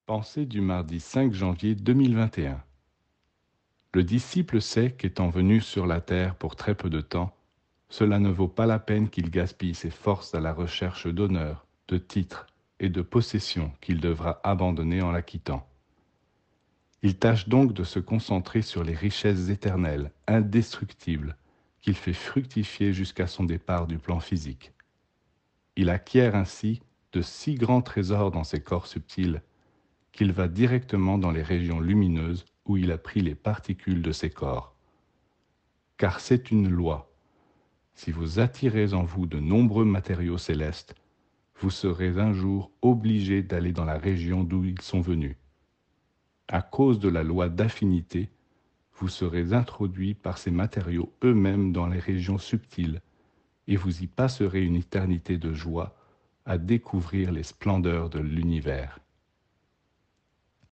Pensée du mardi 5 janvier 2021. Le disciple sait qu'étant venu sur la terre pour très peu de temps, cela ne vaut pas la peine qu'il gaspille ses forces à la recherche d'honneur, de titres et de possessions qu'il devra abandonner en la quittant. Il tâche donc de se concentrer sur les richesses éternelles, indestructibles, qu'il fait fructifier jusqu'à son départ du plan physique. Il acquiert ainsi de si grands trésors dans ses corps subtils qu'il va directement dans les régions lumineuses où il a pris les particules de ses corps. Car c'est une loi. Si vous attirez en vous de nombreux matériaux célestes, vous serez un jour obligé d'aller dans la région d'où ils sont venus. À cause de la loi d'affinité, vous serez introduit par ces matériaux eux-mêmes dans les régions subtiles, et vous y passerez une éternité de joie à découvrir les splendeurs de l'univers.